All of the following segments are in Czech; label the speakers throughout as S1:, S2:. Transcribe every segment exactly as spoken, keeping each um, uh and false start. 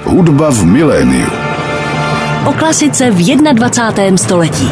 S1: Hudba v miléniu.
S2: O klasice v dvacátém prvním století.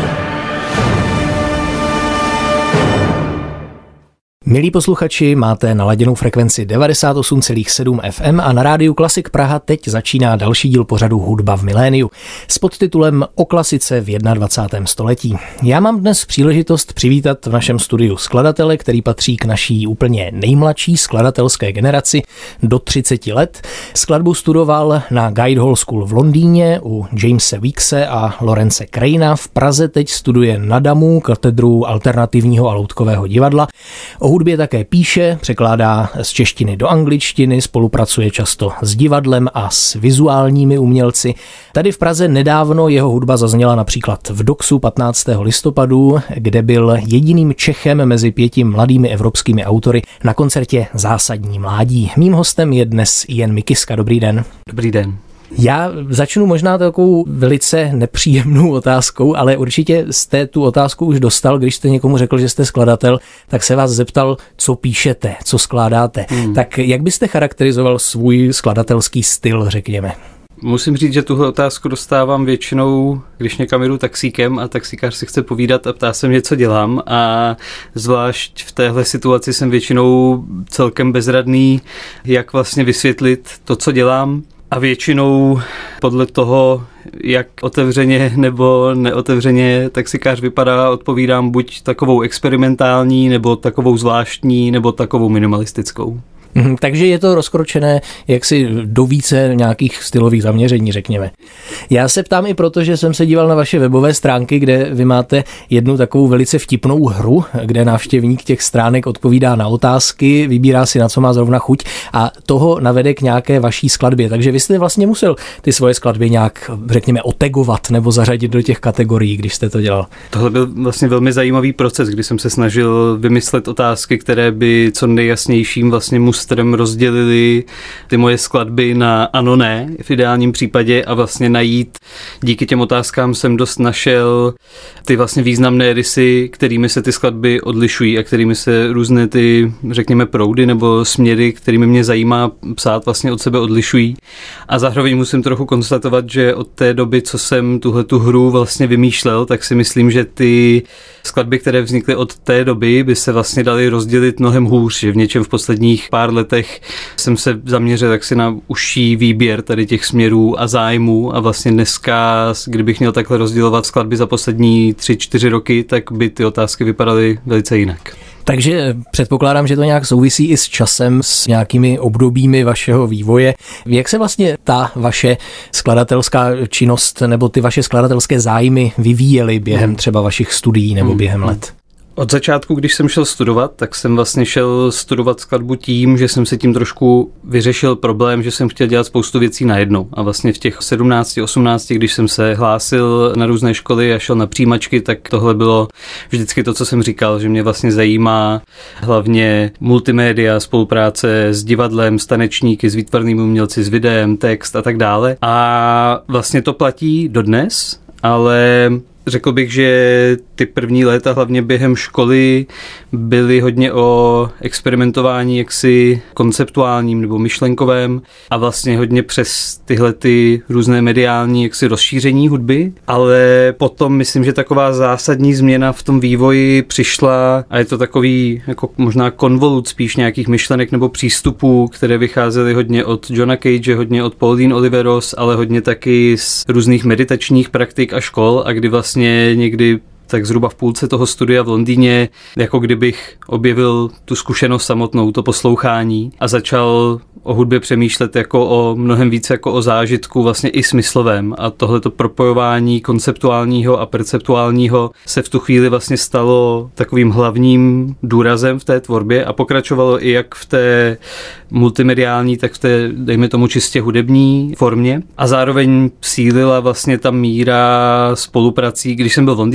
S3: Milí posluchači, máte naladěnou frekvenci devadesát osm celá sedm F M a na rádiu Klasik Praha teď začíná další díl pořadu Hudba v miléniu s podtitulem O klasice v dvacátém prvním století. Já mám dnes příležitost přivítat v našem studiu skladatele, který patří k naší úplně nejmladší skladatelské generaci do třiceti let. Skladbu studoval na Guildhall School v Londýně u Jamese Weekse a Lawrence Craina. V Praze teď studuje na Damu katedru alternativního a loutkového divadla. O hudbě také píše, překládá z češtiny do angličtiny, spolupracuje často s divadlem a s vizuálními umělci. Tady v Praze nedávno jeho hudba zazněla například v Doxu patnáctého listopadu, kde byl jediným Čechem mezi pěti mladými evropskými autory na koncertě Zásadní mládí. Mým hostem je dnes Ian Mikiska. Dobrý den.
S4: Dobrý den.
S3: Já začnu možná takovou velice nepříjemnou otázkou, ale určitě jste tu otázku už dostal, když jste někomu řekl, že jste skladatel, tak se vás zeptal, co píšete, co skládáte. Hmm. Tak jak byste charakterizoval svůj skladatelský styl, řekněme?
S4: Musím říct, že tuhle otázku dostávám většinou, když někam jdu taxíkem a taxikář si chce povídat a ptá se mě, co dělám, a zvlášť v téhle situaci jsem většinou celkem bezradný, jak vlastně vysvětlit to, co dělám. A většinou podle toho, jak otevřeně nebo neotevřeně taxikář vypadá, odpovídám buď takovou experimentální, nebo takovou zvláštní, nebo takovou minimalistickou.
S3: Takže je to rozkročené jaksi do více nějakých stylových zaměření, řekněme. Já se ptám i proto, že jsem se díval na vaše webové stránky, kde vy máte jednu takovou velice vtipnou hru, kde návštěvník těch stránek odpovídá na otázky, vybírá si, na co má zrovna chuť, a toho navede k nějaké vaší skladbě. Takže vy jste vlastně musel ty svoje skladby nějak, řekněme, otegovat nebo zařadit do těch kategorií, když jste to dělal.
S4: Tohle byl vlastně velmi zajímavý proces, kdy jsem se snažil vymyslet otázky, které by co nejjasnějším vlastně mustrem rozdělili ty moje skladby na ano, ne, v ideálním případě, a vlastně najít, díky těm otázkám jsem dost našel ty vlastně významné rysy, kterými se ty skladby odlišují a kterými se různé ty, řekněme, proudy nebo směry, kterými mě zajímá psát, vlastně od sebe odlišují. A zároveň musím trochu konstatovat, že od té doby, co jsem tuhletu hru vlastně vymýšlel, tak si myslím, že ty skladby, které vznikly od té doby, by se vlastně daly rozdělit mnohem hůř, že v něčem v posledních pár letech jsem se zaměřil taksi na užší výběr tady těch směrů a zájmů, a vlastně dneska, kdybych měl takhle rozdělovat skladby za poslední tři, čtyři roky, tak by ty otázky vypadaly velice jinak.
S3: Takže předpokládám, že to nějak souvisí i s časem, s nějakými obdobími vašeho vývoje. Jak se vlastně ta vaše skladatelská činnost nebo ty vaše skladatelské zájmy vyvíjely během třeba vašich studií nebo během let?
S4: Od začátku, když jsem šel studovat, tak jsem vlastně šel studovat skladbu tím, že jsem si tím trošku vyřešil problém, že jsem chtěl dělat spoustu věcí najednou. A vlastně v těch sedmnácti, osmnácti, když jsem se hlásil na různé školy a šel na přijímačky, tak tohle bylo vždycky to, co jsem říkal, že mě vlastně zajímá hlavně multimédia, spolupráce s divadlem, s tanečníky, s výtvarnými umělci, s videem, text a tak dále. A vlastně to platí dodnes, ale řekl bych, že ty první léta, hlavně během školy, byly hodně o experimentování jaksi konceptuálním nebo myšlenkovém a vlastně hodně přes tyhle ty různé mediální jaksi rozšíření hudby, ale potom myslím, že taková zásadní změna v tom vývoji přišla a je to takový jako možná konvolut spíš nějakých myšlenek nebo přístupů, které vycházely hodně od Johna Cage, hodně od Pauline Oliveros, ale hodně taky z různých meditačních praktik a škol, a kdy vlastně někdy tak zhruba v půlce toho studia v Londýně, jako kdybych objevil tu zkušenost samotnou, to poslouchání, a začal o hudbě přemýšlet jako o mnohem více jako o zážitku vlastně i smyslovém, a tohleto propojování konceptuálního a perceptuálního se v tu chvíli vlastně stalo takovým hlavním důrazem v té tvorbě a pokračovalo i jak v té multimediální, tak v té, dejme tomu, čistě hudební formě, a zároveň sílila vlastně ta míra spoluprací. Když jsem byl v Londýně, tak jsem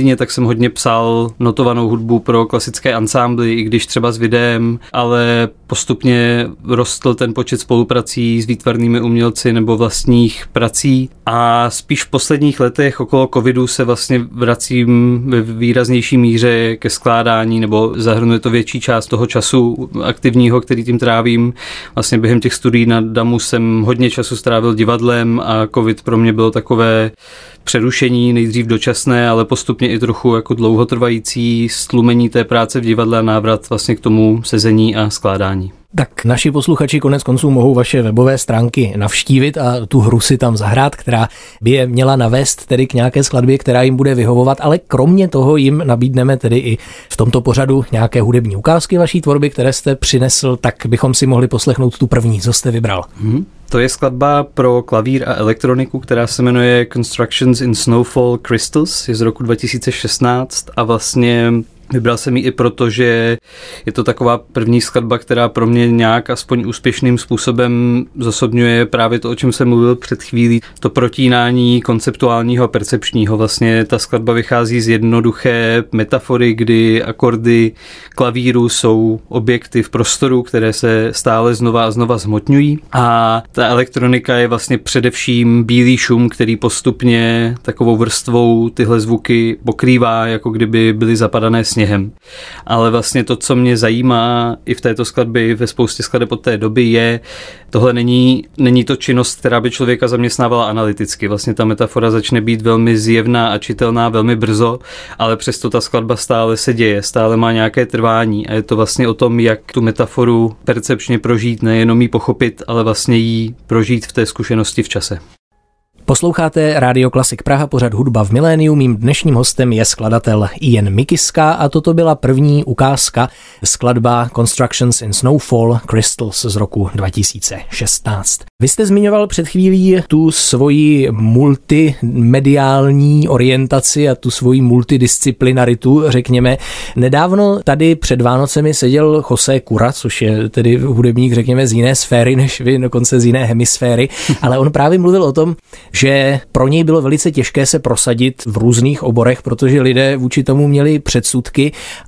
S4: jsem hodně psal notovanou hudbu pro klasické ansámbly, i když třeba s videem, ale postupně rostl ten počet spoluprací s výtvarnými umělci nebo vlastních prací a spíš v posledních letech okolo covidu se vlastně vracím ve výraznější míře ke skládání, nebo zahrnuje to větší část toho času aktivního, který tím trávím. Vlastně během těch studií na DAMu jsem hodně času strávil divadlem a covid pro mě bylo takové přerušení, nejdřív dočasné, ale postupně i trochu jako dlouhotrvající stlumení té práce v divadle a návrat vlastně k tomu sezení a skládání.
S3: Tak naši posluchači konec konců mohou vaše webové stránky navštívit a tu hru si tam zahrát, která by je měla navést tedy k nějaké skladbě, která jim bude vyhovovat, ale kromě toho jim nabídneme tedy i v tomto pořadu nějaké hudební ukázky vaší tvorby, které jste přinesl, tak bychom si mohli poslechnout tu první, co jste vybral.
S4: Hmm. To je skladba pro klavír a elektroniku, která se jmenuje Constructions in Snowfall Crystals, je z roku dva tisíce šestnáct a vlastně vybral jsem ji i proto, že je to taková první skladba, která pro mě nějak aspoň úspěšným způsobem zosobňuje právě to, o čem jsem mluvil před chvílí, to protínání konceptuálního a percepčního. Vlastně ta skladba vychází z jednoduché metafory, kdy akordy klavíru jsou objekty v prostoru, které se stále znova a znova zhmotňují a ta elektronika je vlastně především bílý šum, který postupně takovou vrstvou tyhle zvuky pokrývá, jako kdyby byly zapadané sněhem. Ale vlastně to, co mě zajímá i v této skladbě, ve spoustě skladeb od té doby, je, tohle není, není to činnost, která by člověka zaměstnávala analyticky. Vlastně ta metafora začne být velmi zjevná a čitelná velmi brzo, ale přesto ta skladba stále se děje, stále má nějaké trvání a je to vlastně o tom, jak tu metaforu percepčně prožít, nejenom ji pochopit, ale vlastně ji prožít v té zkušenosti v čase.
S3: Posloucháte Rádio Klasik Praha, pořad Hudba v miléniu. Mým dnešním hostem je skladatel Ian Mikiska a toto byla první ukázka, skladba Constructions in Snowfall Crystals z roku dva tisíce šestnáct. Vy jste zmiňoval před chvílí tu svoji multimediální orientaci a tu svoji multidisciplinaritu, řekněme. Nedávno tady před Vánocemi seděl José Cura, což je tedy hudebník, řekněme, z jiné sféry než vy, dokonce z jiné hemisféry, ale on právě mluvil o tom, že pro něj bylo velice těžké se prosadit v různých oborech, protože lidé vůči tomu měli předsudky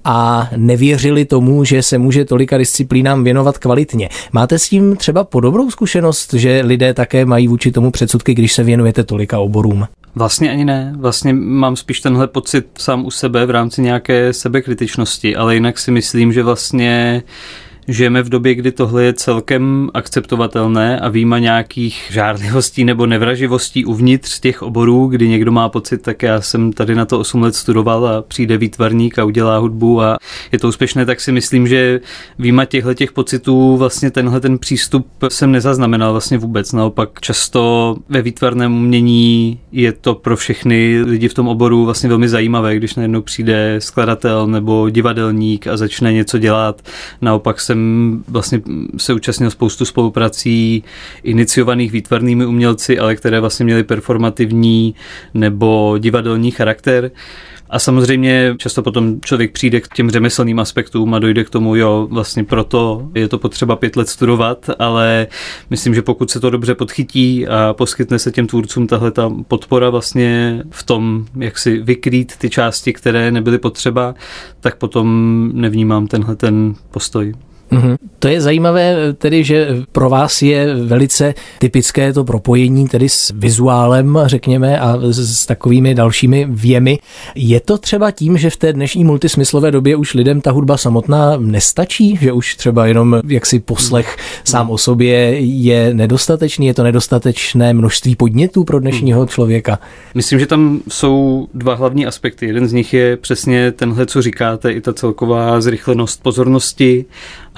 S3: a nevěřili tomu, že se může tolika disciplínám věnovat kvalitně. Máte s tím třeba podobnou zkušenost, že lidé také mají vůči tomu předsudky, když se věnujete tolika oborům?
S4: Vlastně ani ne. Vlastně mám spíš tenhle pocit sám u sebe v rámci nějaké sebekritičnosti, ale jinak si myslím, že vlastně žijeme v době, kdy tohle je celkem akceptovatelné a výjima nějakých žárlivostí nebo nevraživostí uvnitř těch oborů, kdy někdo má pocit, tak já jsem tady na to osm let studoval a přijde výtvarník a udělá hudbu a je to úspěšné, tak si myslím, že výjima těchto těch pocitů vlastně tenhle ten přístup jsem nezaznamenal vlastně vůbec. Naopak často ve výtvarném umění je to pro všechny lidi v tom oboru vlastně velmi zajímavé, když najednou přijde skladatel nebo divadelník a začne něco dělat. Naopak jsem vlastně se účastnil spoustu spoluprací iniciovaných výtvarnými umělci, ale které vlastně měly performativní nebo divadelní charakter. A samozřejmě často potom člověk přijde k těm řemeslným aspektům a dojde k tomu, jo, vlastně proto je to potřeba pět let studovat, ale myslím, že pokud se to dobře podchytí a poskytne se těm tvůrcům tahle ta podpora vlastně v tom, jak si vykrýt ty části, které nebyly potřeba, tak potom nevnímám tenhle ten postoj.
S3: Mm-hmm. To je zajímavé tedy, že pro vás je velice typické to propojení tedy s vizuálem, řekněme, a s takovými dalšími věmi. Je to třeba tím, že v té dnešní multismyslové době už lidem ta hudba samotná nestačí, že už třeba jenom jaksi poslech sám o sobě je nedostatečný, je to nedostatečné množství podnětů pro dnešního člověka?
S4: Myslím, že tam jsou dva hlavní aspekty. Jeden z nich je přesně tenhle, co říkáte, i ta celková zrychlenost pozornosti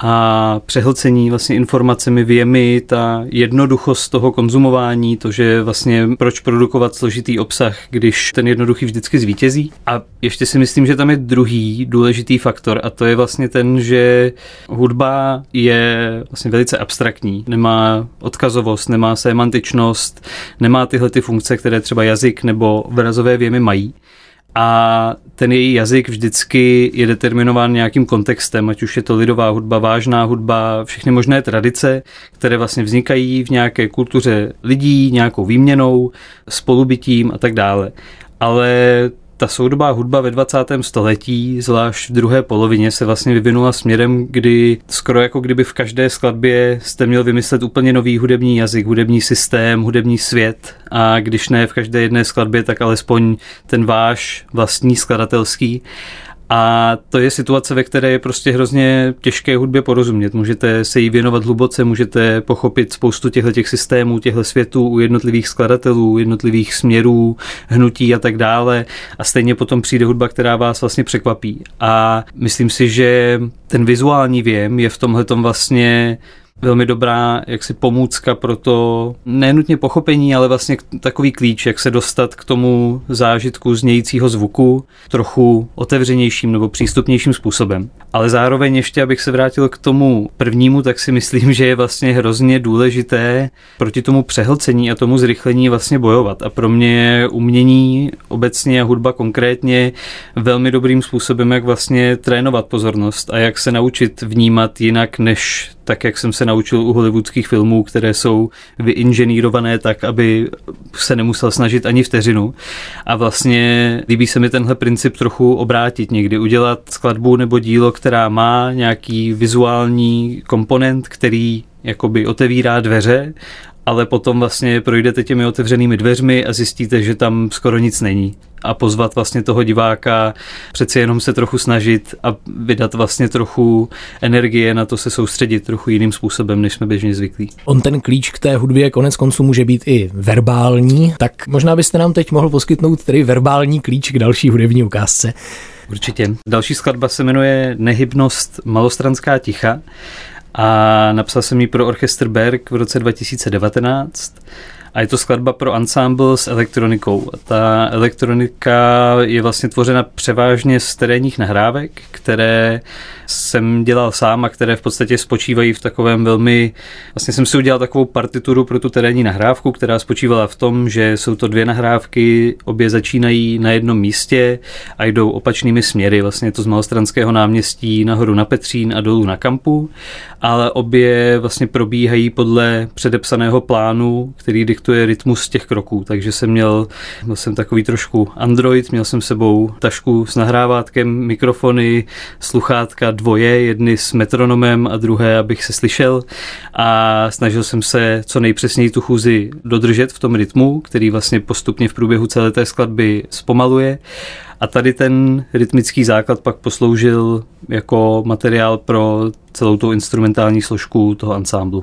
S4: a přehlcení vlastně informacemi, věmi, ta jednoduchost toho konzumování, to, že vlastně proč produkovat složitý obsah, když ten jednoduchý vždycky zvítězí. A ještě si myslím, že tam je druhý důležitý faktor a to je vlastně ten, že hudba je vlastně velice abstraktní, nemá odkazovost, nemá semantičnost, nemá tyhle ty funkce, které třeba jazyk nebo obrazové věmy mají. A ten její jazyk vždycky je determinován nějakým kontextem, ať už je to lidová hudba, vážná hudba, všechny možné tradice, které vlastně vznikají v nějaké kultuře lidí, nějakou výměnou, spolubytím a tak dále. Ale ta soudobá hudba ve dvacátém století, zvlášť v druhé polovině, se vlastně vyvinula směrem, kdy skoro jako kdyby v každé skladbě jste měl vymyslet úplně nový hudební jazyk, hudební systém, hudební svět a když ne v každé jedné skladbě, tak alespoň ten váš vlastní skladatelský. A to je situace, ve které je prostě hrozně těžké hudbě porozumět. Můžete se jí věnovat hluboce, můžete pochopit spoustu těchto systémů, těchto světů u jednotlivých skladatelů, jednotlivých směrů, hnutí a tak dále. A stejně potom přijde hudba, která vás vlastně překvapí. A myslím si, že ten vizuální věm je v tomhletom vlastně velmi dobrá jaksi pomůcka pro to nenutně pochopení, ale vlastně takový klíč, jak se dostat k tomu zážitku znějícího zvuku trochu otevřenějším nebo přístupnějším způsobem. Ale zároveň ještě, abych se vrátil k tomu prvnímu, tak si myslím, že je vlastně hrozně důležité proti tomu přehlcení a tomu zrychlení vlastně bojovat. A pro mě je umění obecně a hudba konkrétně velmi dobrým způsobem, jak vlastně trénovat pozornost a jak se naučit vnímat jinak, než tak, jak jsem se naučil u hollywoodských filmů, které jsou vyinženýrované tak, aby se nemusel snažit ani vteřinu. A vlastně líbí se mi tenhle princip trochu obrátit někdy, udělat skladbu nebo dílo, která má nějaký vizuální komponent, který jakoby otevírá dveře, ale potom vlastně projdete těmi otevřenými dveřmi a zjistíte, že tam skoro nic není. A pozvat vlastně toho diváka, přeci jenom se trochu snažit a vydat vlastně trochu energie na to se soustředit trochu jiným způsobem, než jsme běžně zvyklí.
S3: On ten klíč k té hudbě konec konců může být i verbální, tak možná byste nám teď mohl poskytnout tedy verbální klíč k další hudební ukázce.
S4: Určitě. Další skladba se jmenuje Nehybnost Malostranská ticha a napsal jsem ji pro orchestr Berg v roce dva tisíce devatenáct. A je to skladba pro ansámbl s elektronikou. Ta elektronika je vlastně tvořena převážně z terénních nahrávek, které jsem dělal sám a které v podstatě spočívají v takovém velmi... Vlastně jsem si udělal takovou partituru pro tu terénní nahrávku, která spočívala v tom, že jsou to dvě nahrávky, obě začínají na jednom místě a jdou opačnými směry. Vlastně je to z Malostranského náměstí nahoru na Petřín a dolů na Kampu, ale obě vlastně probíhají podle předepsaného plánu, který diktuje rytmus těch kroků, takže jsem měl, byl jsem takový trošku android, měl jsem sebou tašku s nahrávátkem, mikrofony, sluchátka dvoje, jedny s metronomem a druhé, abych se slyšel a snažil jsem se co nejpřesněji tu chůzi dodržet v tom rytmu, který vlastně postupně v průběhu celé té skladby zpomaluje. A tady ten rytmický základ pak posloužil jako materiál pro celou tu instrumentální složku toho ansámblu.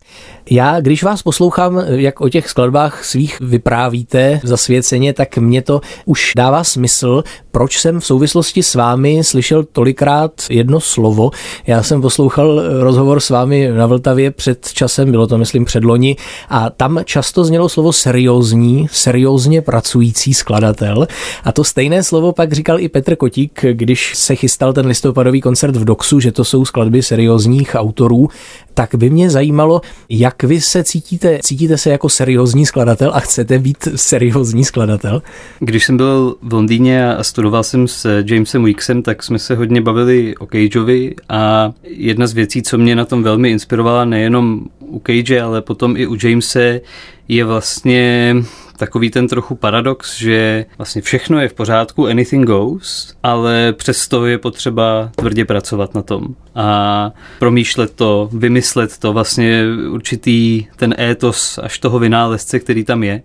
S3: Já, když vás poslouchám, jak o těch skladbách svých vyprávíte zasvěceně, tak mě to už dává smysl, proč jsem v souvislosti s vámi slyšel tolikrát jedno slovo. Já jsem poslouchal rozhovor s vámi na Vltavě před časem, bylo to myslím předloni, a tam často znělo slovo seriózní, seriózně pracující skladatel. A to stejné slovo pak říkal i Petr Kotík, když se chystal ten listopadový koncert v Doxu, že to jsou skladby seriózních autorů. Tak by mě zajímalo, jak vy se cítíte, cítíte se jako seriózní skladatel a chcete být seriózní skladatel?
S4: Když jsem byl v Londýně a studoval jsem s Jamesem Weeksem, tak jsme se hodně bavili o Cageovi a jedna z věcí, co mě na tom velmi inspirovala, nejenom u Cage, ale potom i u Jamese, je vlastně takový ten trochu paradox, že vlastně všechno je v pořádku, anything goes, ale přesto je potřeba tvrdě pracovat na tom a promýšlet to, vymyslet to, vlastně určitý ten étos až toho vynálezce, který tam je.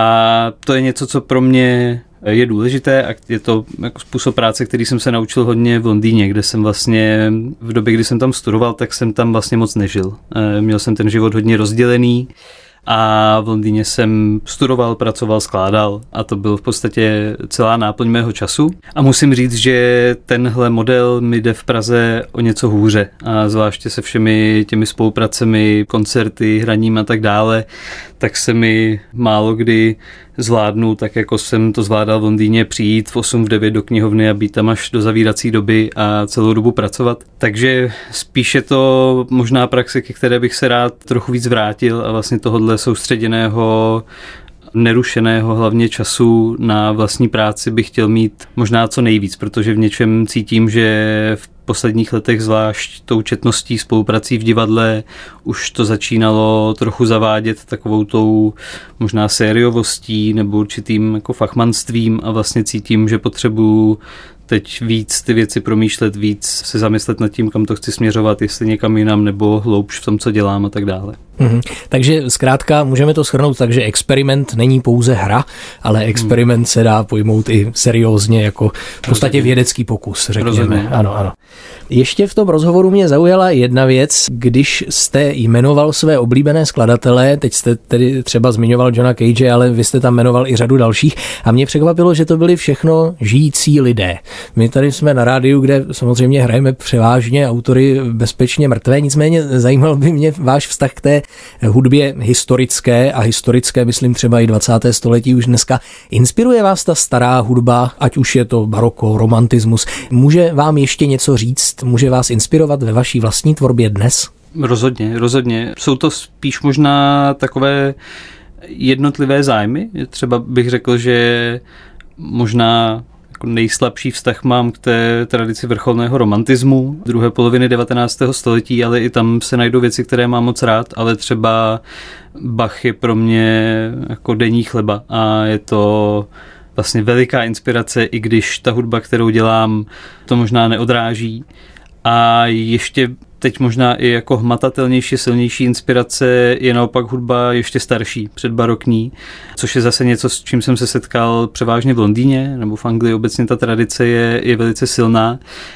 S4: A to je něco, co pro mě je důležité a je to jako způsob práce, který jsem se naučil hodně v Londýně, kde jsem vlastně v době, kdy jsem tam studoval, tak jsem tam vlastně moc nežil. Měl jsem ten život hodně rozdělený a v Londýně jsem studoval, pracoval, skládal a to byl v podstatě celá náplň mého času. A musím říct, že tenhle model mi jde v Praze o něco hůře a zvláště se všemi těmi spolupracemi, koncerty, hraním a tak dále, tak se mi málo kdy zvládnu, tak jako jsem to zvládal v Londýně, přijít v osm, v devět do knihovny a být tam až do zavírací doby a celou dobu pracovat. Takže spíše to možná praxe, ke které bych se rád trochu víc vrátil a vlastně tohodle soustředěného, nerušeného hlavně času na vlastní práci bych chtěl mít možná co nejvíc, protože v něčem cítím, že v posledních letech, zvlášť tou četností spoluprací v divadle, už to začínalo trochu zavádět takovou tou možná sériovostí nebo určitým jako fachmanstvím a vlastně cítím, že potřebuju teď víc ty věci promýšlet, víc se zamyslet nad tím, kam to chci směřovat, jestli někam jinam nebo hloubš v tom, co dělám a tak dále.
S3: Mm-hmm. Takže zkrátka můžeme to shrnout tak, že experiment není pouze hra, ale experiment hmm. se dá pojmout i seriózně jako v podstatě vědecký pokus, řekněme. Rozumím. Ano, ano. Ještě v tom rozhovoru mě zaujala jedna věc, když jste jmenoval své oblíbené skladatele, teď jste tedy třeba zmiňoval Johna Cage, ale vy jste tam jmenoval i řadu dalších a mě překvapilo, že to byli všechno žijící lidé. My tady jsme na rádiu, kde samozřejmě hrajeme převážně autory bezpečně mrtvé, nicméně zajímal by mě váš vztah k té hudbě historické a historické, myslím třeba i dvacátého století už dneska. Inspiruje vás ta stará hudba, ať už je to baroko, romantismus? Může vám ještě něco říct? Může vás inspirovat ve vaší vlastní tvorbě dnes?
S4: Rozhodně, rozhodně. Jsou to spíš možná takové jednotlivé zájmy. Třeba bych řekl, že možná nejslabší vztah mám k té tradici vrcholného romantismu druhé poloviny devatenáctého století, ale i tam se najdou věci, které mám moc rád, ale třeba Bach je pro mě jako denní chleba a je to vlastně veliká inspirace, i když ta hudba, kterou dělám, to možná neodráží. A ještě teď možná i jako hmatatelnější, silnější inspirace je naopak hudba ještě starší, předbarokní, což je zase něco, s čím jsem se setkal převážně v Londýně, nebo v Anglii obecně ta tradice je, je velice silná.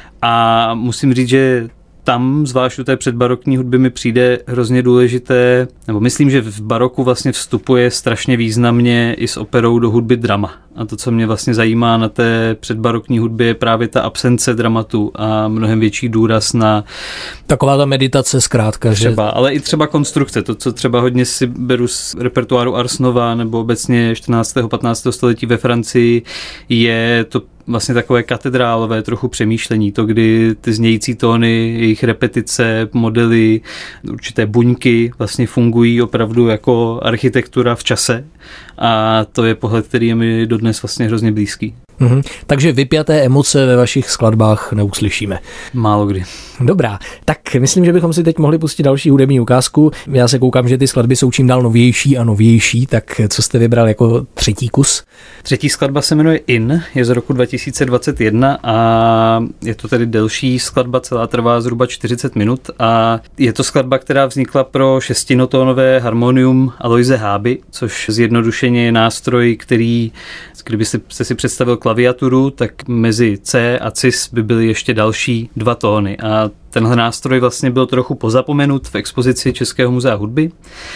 S4: A musím říct, že tam, zvlášť u té předbarokní hudby, mi přijde hrozně důležité, nebo myslím, že v baroku vlastně vstupuje strašně významně i s operou do hudby drama. A to, co mě vlastně zajímá na té předbarokní hudbě, je právě ta absence dramatu a mnohem větší důraz na...
S3: Taková ta meditace zkrátka,
S4: třeba,
S3: že...
S4: ale i třeba konstrukce, to, co třeba hodně si beru z repertoáru Ars Nova nebo obecně čtrnáctého patnáctého století ve Francii, je to vlastně takové katedrálové trochu přemýšlení, to, kdy ty znějící tóny, jejich repetice, modely, určité buňky vlastně fungují opravdu jako architektura v čase a to je pohled, který je mi dodnes vlastně hrozně blízký.
S3: Mm-hmm. Takže vypjaté emoce ve vašich skladbách neuslyšíme.
S4: Málo kdy.
S3: Dobrá, tak myslím, že bychom si teď mohli pustit další hudební ukázku. Já se koukám, že ty skladby jsou čím dál novější a novější, tak co jste vybral jako třetí kus?
S4: Třetí skladba se jmenuje In, je z roku dva tisíce dvacet jedna a je to tedy delší skladba, celá trvá zhruba čtyřicet minut a je to skladba, která vznikla pro šestinotónové harmonium Aloise Háby, což zjednodušeně je nástroj, který, kdybyste si představil klaviaturu, tak mezi C a cis by byly ještě další dva tóny a tenhle nástroj vlastně byl trochu pozapomenut v expozici Českého muzea hudby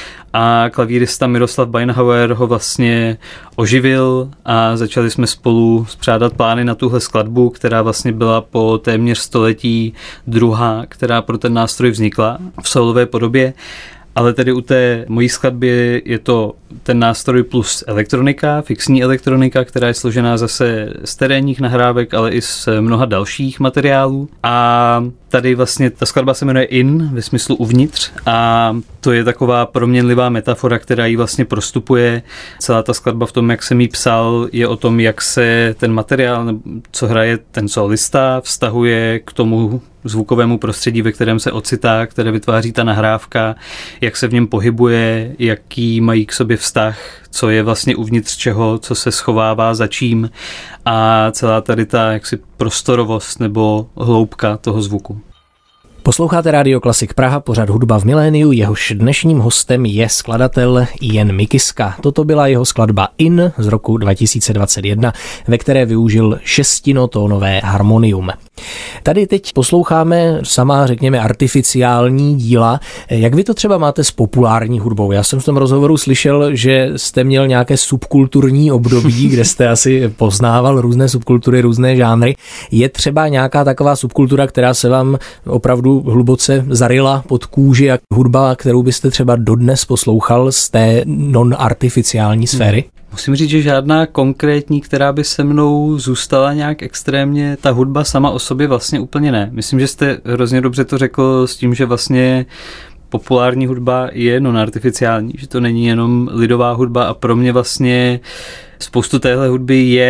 S4: a klavírista Miroslav Beinhauer ho vlastně oživil a začali jsme spolu spřádat plány na tuhle skladbu, která vlastně byla po téměř století druhá, která pro ten nástroj vznikla v solové podobě. Ale tedy u té mojí skladby je to ten nástroj plus elektronika, fixní elektronika, která je složená zase z terénních nahrávek, ale i z mnoha dalších materiálů. A tady vlastně ta skladba se jmenuje In, ve smyslu uvnitř, a to je taková proměnlivá metafora, která ji vlastně prostupuje. Celá ta skladba v tom, jak jsem ji psal, je o tom, jak se ten materiál, co hraje ten solista, vztahuje k tomu zvukovému prostředí, ve kterém se ocitá, které vytváří ta nahrávka, jak se v něm pohybuje, jaký mají k sobě vztah, co je vlastně uvnitř čeho, co se schovává za čím a celá tady ta jaksi prostorovost nebo hloubka toho zvuku.
S3: Posloucháte Rádio Klasik Praha, pořad Hudba v miléniu, jehož dnešním hostem je skladatel Ian Mikiska. Toto byla jeho skladba In z roku dva tisíce dvacet jedna, ve které využil šestinotónové harmonium. Tady teď posloucháme sama, řekněme, artificiální díla. Jak vy to třeba máte s populární hudbou? Já jsem v tom rozhovoru slyšel, že jste měl nějaké subkulturní období, kde jste asi poznával různé subkultury, různé žánry. Je třeba nějaká taková subkultura, která se vám opravdu hluboce zaryla pod kůži, jak hudba, kterou byste třeba dodnes poslouchal z té non-artificiální sféry?
S4: Musím říct, že žádná konkrétní, která by se mnou zůstala nějak extrémně, ta hudba sama o sobě vlastně úplně ne. Myslím, že jste hrozně dobře to řekl s tím, že vlastně populární hudba je non-artificiální, že to není jenom lidová hudba a pro mě vlastně spoustu téhle hudby je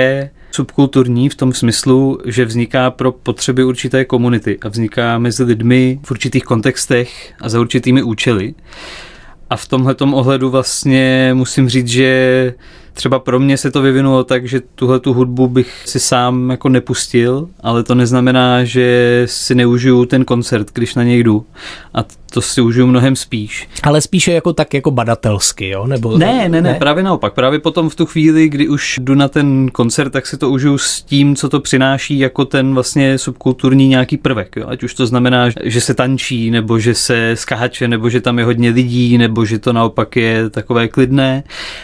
S4: subkulturní v tom smyslu, že vzniká pro potřeby určité komunity a vzniká mezi lidmi v určitých kontextech a za určitými účely. A v tomhletom ohledu vlastně musím říct, že třeba pro mě se to vyvinulo tak, že tuhletu hudbu bych si sám jako nepustil, ale to neznamená, že si neužiju ten koncert, když na něj jdu. A to si užiju mnohem spíš.
S3: Ale spíše jako tak jako badatelsky, jo? Nebo...
S4: Ne, ne, ne, ne, právě naopak. Právě potom v tu chvíli, kdy už jdu na ten koncert, tak si to užiju s tím, co to přináší jako ten vlastně subkulturní nějaký prvek. Jo? Ať už to znamená, že se tančí, nebo že se skáče, nebo že tam je hodně lidí, nebo že to naopak je takové klidné.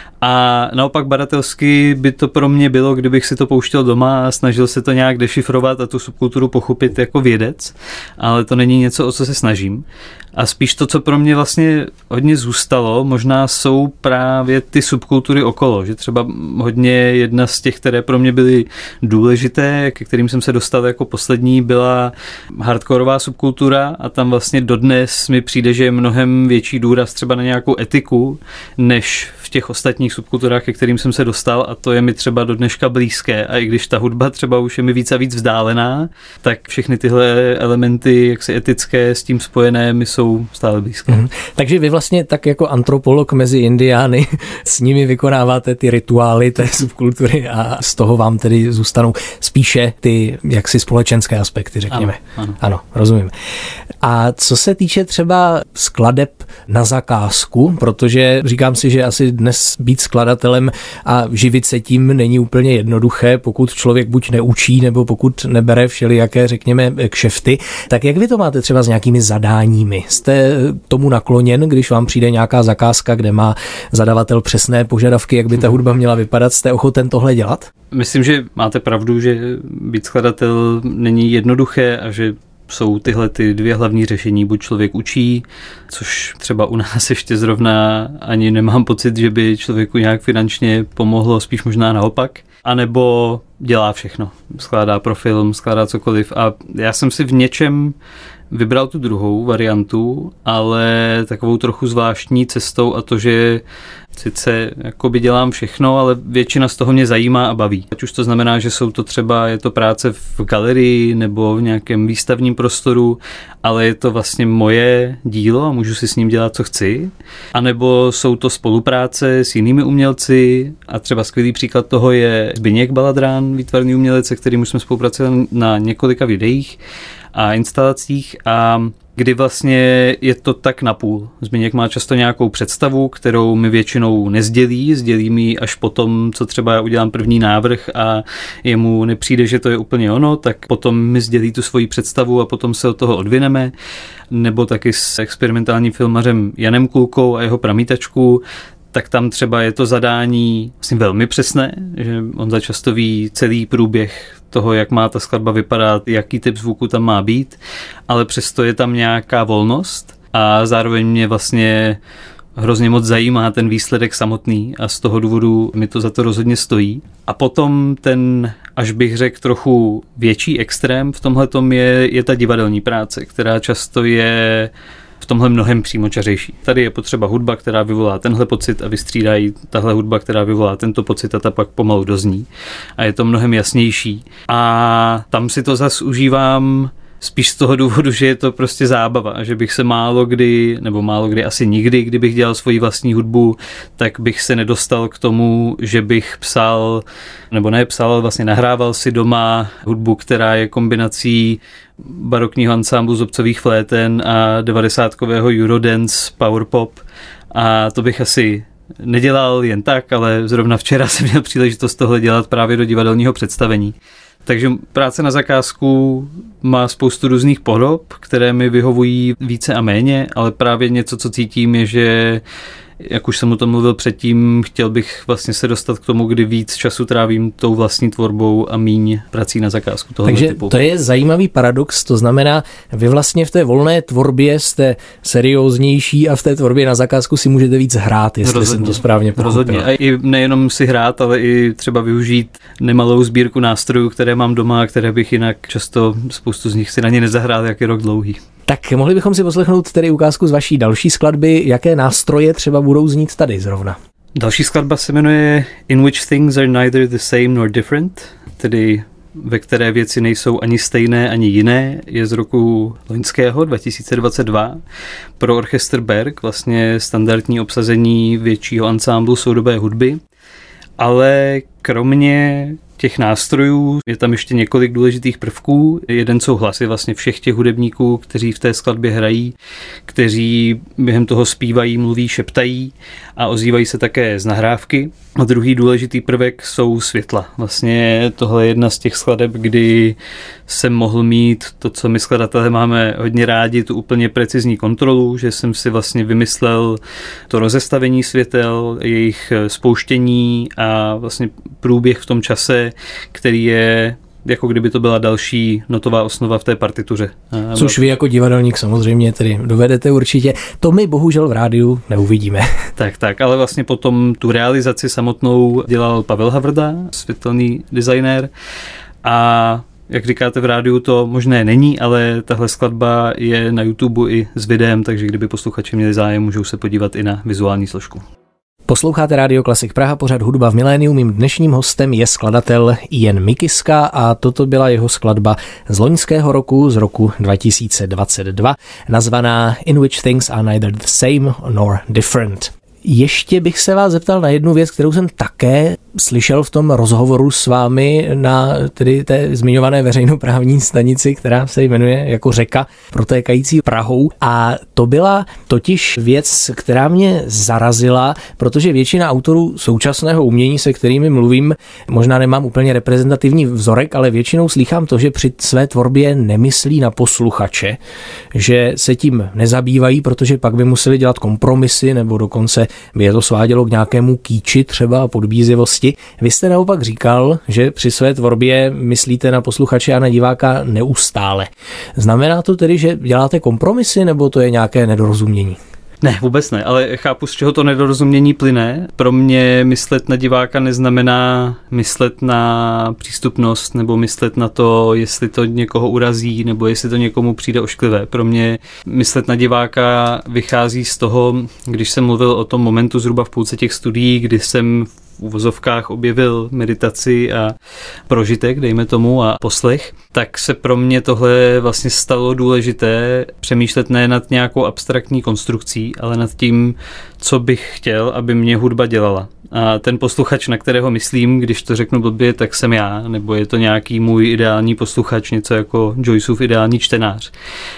S4: A naopak badatelsky by to pro mě bylo, kdybych si to pouštěl doma a snažil se to nějak dešifrovat a tu subkulturu pochopit jako vědec, ale to není něco, o co se snažím. A spíš to, co pro mě vlastně hodně zůstalo, možná jsou právě ty subkultury okolo, že třeba hodně jedna z těch, které pro mě byly důležité, ke kterým jsem se dostal jako poslední, byla hardkorová subkultura a tam vlastně dodnes mi přijde, že je mnohem větší důraz třeba na nějakou etiku, než v těch ostatních subkulturách, ke kterým jsem se dostal, a to je mi třeba do dneška blízké. A i když ta hudba třeba už je mi víc a víc vzdálená, tak všechny tyhle elementy, jaksi etické, s tím spojené, mi jsou stále blízké. Mm.
S3: Takže vy vlastně tak jako antropolog mezi indiány s nimi vykonáváte ty rituály té subkultury a z toho vám tedy zůstanou spíše ty jaksi společenské aspekty, řekněme.
S4: Ano, ano.
S3: Ano, rozumím. A co se týče třeba skladeb na zakázku, protože říkám si, že asi dnes být skladatelem a živit se tím není úplně jednoduché, pokud člověk buď neučí, nebo pokud nebere všelijaké, řekněme, kšefty. Tak jak vy to máte třeba s nějakými zadáními? Jste tomu nakloněn, když vám přijde nějaká zakázka, kde má zadavatel přesné požadavky, jak by ta hudba měla vypadat? Jste ochoten tohle dělat?
S4: Myslím, že máte pravdu, že být skladatel není jednoduché a že jsou tyhle ty dvě hlavní řešení. Buď člověk učí, což třeba u nás ještě zrovna ani nemám pocit, že by člověku nějak finančně pomohlo, spíš možná naopak. A nebo dělá všechno. Skládá pro film, skládá cokoliv. A já jsem si v něčem vybral tu druhou variantu, ale takovou trochu zvláštní cestou, a to, že sice jakoby dělám všechno, ale většina z toho mě zajímá a baví. Ať už to znamená, že jsou to třeba, je to práce v galerii nebo v nějakém výstavním prostoru, ale je to vlastně moje dílo a můžu si s ním dělat, co chci. A nebo jsou to spolupráce s jinými umělci a třeba skvělý příklad toho je Zbyněk Baladrán, výtvarný umělec, se kterým už jsme spolupracovali na několika videích a instalacích, a kdy vlastně je to tak napůl. Zbyněk má často nějakou představu, kterou mi většinou nezdělí, sdělí mi až potom, co třeba já udělám první návrh a jemu nepřijde, že to je úplně ono, tak potom mi sdělí tu svoji představu a potom se od toho odvineme. Nebo taky s experimentálním filmařem Janem Kulkou a jeho Pramítačku, tak tam třeba je to zadání vlastně velmi přesné, že on začasto ví celý průběh toho, jak má ta skladba vypadat, jaký typ zvuku tam má být, ale přesto je tam nějaká volnost a zároveň mě vlastně hrozně moc zajímá ten výsledek samotný a z toho důvodu mi to za to rozhodně stojí. A potom ten, až bych řekl, trochu větší extrém v tomhletom je, je ta divadelní práce, která často je v tomhle mnohem přímočařejší. Tady je potřeba hudba, která vyvolá tenhle pocit a vystřídají tahle hudba, která vyvolá tento pocit a ta pak pomalu dozní. A je to mnohem jasnější. A tam si to zas užívám spíš z toho důvodu, že je to prostě zábava a že bych se málo kdy, nebo málo kdy asi nikdy, kdybych dělal svoji vlastní hudbu, tak bych se nedostal k tomu, že bych psal, nebo ne psal, ale vlastně nahrával si doma hudbu, která je kombinací barokního ansámblu zobcových fléten a devadesátkového Eurodance powerpop, a to bych asi nedělal jen tak, ale zrovna včera jsem měl příležitost tohle dělat právě do divadelního představení. Takže práce na zakázku má spoustu různých podob, které mi vyhovují více a méně, ale právě něco, co cítím, je, že jak už jsem o tom mluvil předtím, chtěl bych vlastně se dostat k tomu, kdy víc času trávím tou vlastní tvorbou a míň prací na zakázku tohoto
S3: Takže
S4: typu.
S3: To je zajímavý paradox, to znamená, vy vlastně v té volné tvorbě jste serióznější a v té tvorbě na zakázku si můžete víc hrát, jestli rozhodně, jsem to správně pochopil.
S4: Rozhodně. A i nejenom si hrát, ale i třeba využít nemalou sbírku nástrojů, které mám doma a které bych jinak často, spoustu z nich si na ně nezahrál, jak je rok dlouhý.
S3: Tak mohli bychom si poslechnout tedy ukázku z vaší další skladby, jaké nástroje třeba budou znít tady zrovna.
S4: Další skladba se jmenuje In Which Things Are Neither the Same Nor Different, tedy ve které věci nejsou ani stejné, ani jiné, je z roku loňského dva tisíce dvacet dva pro orchestr Berg, vlastně standardní obsazení většího ansámblu soudobé hudby, ale kromě těch nástrojů je tam ještě několik důležitých prvků. Jeden jsou hlasy vlastně všech těch hudebníků, kteří v té skladbě hrají, kteří během toho zpívají, mluví, šeptají a ozývají se také z nahrávky. A druhý důležitý prvek jsou světla. Vlastně tohle je jedna z těch skladeb, kdy jsem mohl mít to, co my skladatelé máme hodně rádi, tu úplně precizní kontrolu, že jsem si vlastně vymyslel to rozestavení světel, jejich spouštění a vlastně průběh v tom čase, který je jako kdyby to byla další notová osnova v té partituře.
S3: Což vy jako divadelník samozřejmě tedy dovedete určitě. To my bohužel v rádiu neuvidíme.
S4: Tak, tak, ale vlastně potom tu realizaci samotnou dělal Pavel Havrda, světelný designér, a jak říkáte, v rádiu to možné není, ale tahle skladba je na YouTube i s videem, takže kdyby posluchači měli zájem, můžou se podívat i na vizuální složku.
S3: Posloucháte Rádio Klasik Praha, pořad Hudba v miléniu. Mým dnešním hostem je skladatel Ian Mikiska a toto byla jeho skladba z loňského roku, z roku dva tisíce dvacet dva, nazvaná In Which Things Are Neither the Same Nor Different. Ještě bych se vás zeptal na jednu věc, kterou jsem také slyšel v tom rozhovoru s vámi na tedy té zmiňované veřejnoprávní stanici, která se jmenuje jako Řeka, protékající Prahou. A to byla totiž věc, která mě zarazila, protože většina autorů současného umění, se kterými mluvím, možná nemám úplně reprezentativní vzorek, ale většinou slýchám to, že při své tvorbě nemyslí na posluchače, že se tím nezabývají, protože pak by museli dělat kompromisy nebo dokonce by je to svádělo k nějakému kýči třeba a podbízivosti. Vy jste naopak říkal, že při své tvorbě myslíte na posluchače a na diváka neustále. Znamená to tedy, že děláte kompromisy, nebo to je nějaké nedorozumění?
S4: Ne, vůbec ne, ale chápu, z čeho to nedorozumění plyne. Pro mě myslet na diváka neznamená myslet na přístupnost nebo myslet na to, jestli to někoho urazí nebo jestli to někomu přijde ošklivé. Pro mě myslet na diváka vychází z toho, když jsem mluvil o tom momentu zhruba v půlce těch studií, kdy jsem v uvozovkách objevil meditaci a prožitek, dejme tomu, a poslech, tak se pro mě tohle vlastně stalo důležité přemýšlet ne nad nějakou abstraktní konstrukcí, ale nad tím, co bych chtěl, aby mě hudba dělala. A ten posluchač, na kterého myslím, když to řeknu blbě, tak jsem já, nebo je to nějaký můj ideální posluchač, něco jako Joyceův ideální čtenář.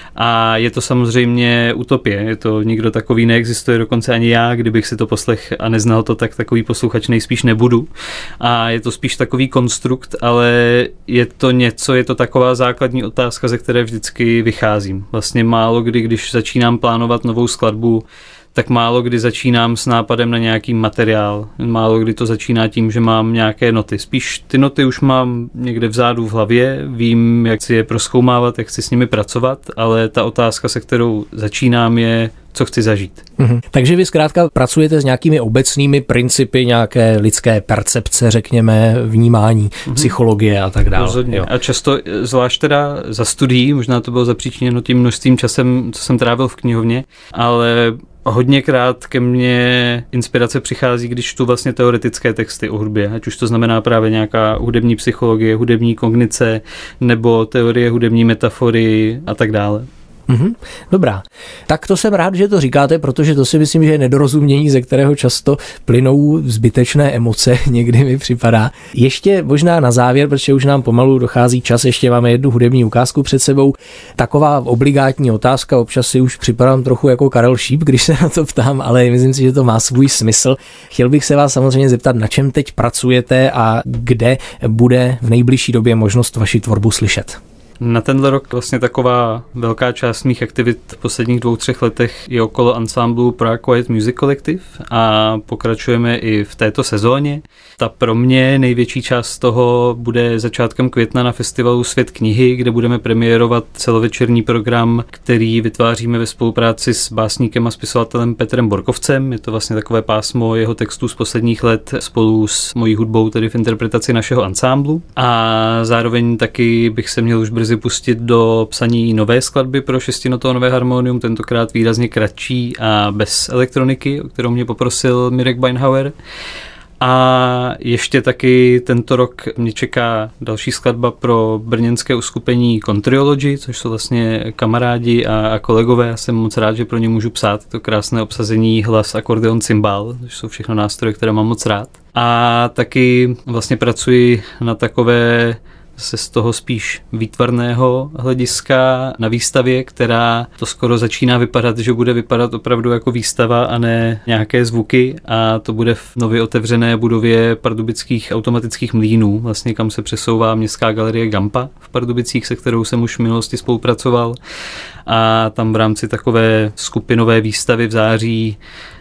S4: A je to samozřejmě utopie, je to nikdo takový neexistuje, dokonce ani já, kdybych si to poslech a neznal to, tak takový posluchač nejspíš nebudu. A je to spíš takový konstrukt, ale je to něco, je to taková základní otázka, ze které vždycky vycházím. Vlastně málo kdy, když začínám plánovat novou skladbu, tak málo kdy začínám s nápadem na nějaký materiál. Málo kdy to začíná tím, že mám nějaké noty. Spíš ty noty už mám někde vzadu v hlavě, vím, jak si je prozkoumávat, jak chci s nimi pracovat, ale ta otázka, se kterou začínám, je, co chci zažít.
S3: Mhm. Takže vy zkrátka pracujete s nějakými obecnými principy nějaké lidské percepce, řekněme, vnímání, mhm. psychologie a tak dále.
S4: Rozhodně. A často, zvlášť teda za studií, možná to bylo zapříčiněno tím množstvím časem, co jsem trávil v knihovně, ale hodněkrát ke mně inspirace přichází, když čtu vlastně teoretické texty o hudbě, ať už to znamená právě nějaká hudební psychologie, hudební kognice nebo teorie hudební metafory a tak dále.
S3: Mm-hmm. Dobrá. Tak to jsem rád, že to říkáte, protože to si myslím, že je nedorozumění, ze kterého často plynou zbytečné emoce, někdy mi připadá. Ještě možná na závěr, protože už nám pomalu dochází čas, ještě máme jednu hudební ukázku před sebou. Taková obligátní otázka, občas si už připadám trochu jako Karel Šíp, když se na to ptám, ale myslím si, že to má svůj smysl. Chtěl bych se vás samozřejmě zeptat, na čem teď pracujete a kde bude v nejbližší době možnost vaši tvorbu slyšet.
S4: Na tenhle rok vlastně taková velká část mých aktivit v posledních dvou, třech letech je okolo ansámblu Prague Quiet Music Collective a pokračujeme i v této sezóně. Ta pro mě největší část toho bude začátkem května na festivalu Svět knihy, kde budeme premiérovat celovečerní program, který vytváříme ve spolupráci s básníkem a spisovatelem Petrem Borkovcem. Je to vlastně takové pásmo jeho textů z posledních let spolu s mojí hudbou, tedy v interpretaci našeho ansámblu. A zároveň taky bych se měl už brzy brzy pustit do psaní nové skladby pro šestinotónové harmonium, tentokrát výrazně kratší a bez elektroniky, o kterou mě poprosil Mirek Beinhauer. A ještě taky tento rok mě čeká další skladba pro brněnské uskupení Contriology, což jsou vlastně kamarádi a, a kolegové. Já jsem moc rád, že pro ně můžu psát. To krásné obsazení, hlas, akordeon, cymbál, což jsou všechno nástroje, které mám moc rád. A taky vlastně pracuji na takové se z toho spíš výtvarného hlediska na výstavě, která to skoro začíná vypadat, že bude vypadat opravdu jako výstava a ne nějaké zvuky, a to bude v nově otevřené budově pardubických automatických mlýnů, vlastně kam se přesouvá Městská galerie Gampa v Pardubicích, se kterou jsem už v minulosti spolupracoval, a tam v rámci takové skupinové výstavy v září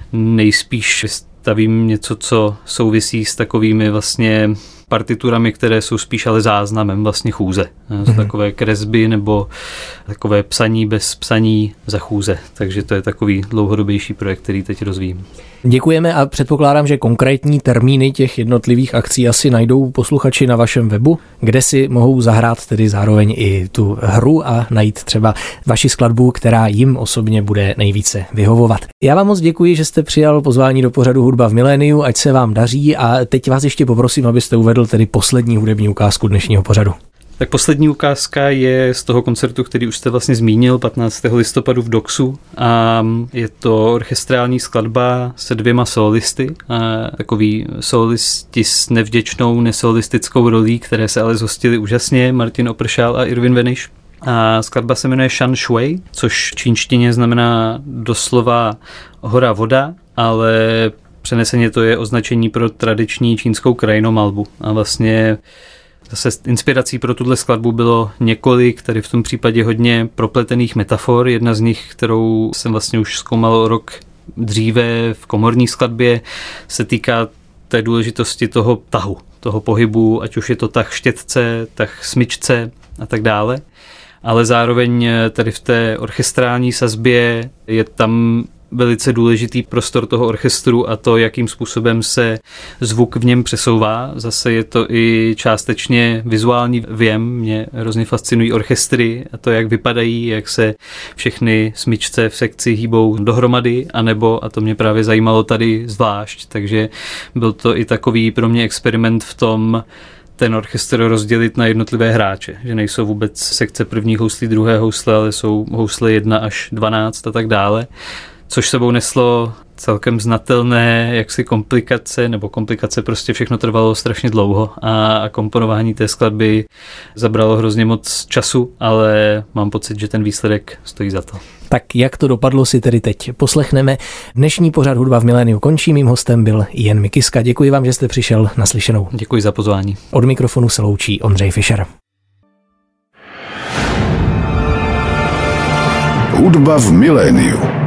S4: nejspíš vystavím něco, co souvisí s takovými vlastně partiturami, které jsou spíš ale záznamem vlastně chůze. Mm-hmm. Takové kresby nebo takové psaní bez psaní za chůze. Takže to je takový dlouhodobější projekt, který teď rozvíjím.
S3: Děkujeme a předpokládám, že konkrétní termíny těch jednotlivých akcí asi najdou posluchači na vašem webu, kde si mohou zahrát tedy zároveň i tu hru a najít třeba vaši skladbu, která jim osobně bude nejvíce vyhovovat. Já vám moc děkuji, že jste přijal pozvání do pořadu Hudba v miléniu, ať se vám daří, a teď vás ještě poprosím, abyste uvedl tedy poslední hudební ukázku dnešního pořadu.
S4: Tak poslední ukázka je z toho koncertu, který už jste vlastně zmínil, patnáctého listopadu v Doxu, a je to orchestrální skladba se dvěma solisty, a takový solisti s nevděčnou nesolistickou rolí, které se ale zhostili úžasně, Martin Opršál a Irvin Veniš. A skladba se jmenuje Shan Shui, což v čínštině znamená doslova hora voda, ale přeneseně to je označení pro tradiční čínskou krajinomalbu. A vlastně zase inspirací pro tuhle skladbu bylo několik, tady v tom případě hodně propletených metafor. Jedna z nich, kterou jsem vlastně už zkoumal rok dříve v komorní skladbě, se týká té důležitosti toho tahu, toho pohybu, ať už je to tah štětce, tah smyčce a tak dále. Ale zároveň tady v té orchestrální sazbě je tam velice důležitý prostor toho orchestru a to, jakým způsobem se zvuk v něm přesouvá. Zase je to i částečně vizuální vjem. Mě hrozně fascinují orchestry a to, jak vypadají, jak se všechny smyčce v sekci hýbou dohromady, anebo, a to mě právě zajímalo tady zvlášť, takže byl to i takový pro mě experiment v tom, ten orchestr rozdělit na jednotlivé hráče, že nejsou vůbec sekce první houslí, druhé housle, ale jsou housle jedna až dvanáct a tak dále, což sebou neslo celkem znatelné jaksi komplikace, nebo komplikace, prostě všechno trvalo strašně dlouho a, a komponování té skladby zabralo hrozně moc času, ale mám pocit, že ten výsledek stojí za to.
S3: Tak jak to dopadlo, si tedy teď poslechneme. Dnešní pořad Hudba v miléniu končí, mým hostem byl Jan Mikiska. Děkuji vám, že jste přišel, naslyšenou.
S4: Děkuji za pozvání.
S3: Od mikrofonu se loučí Ondřej Fischer.
S1: Hudba v miléniu.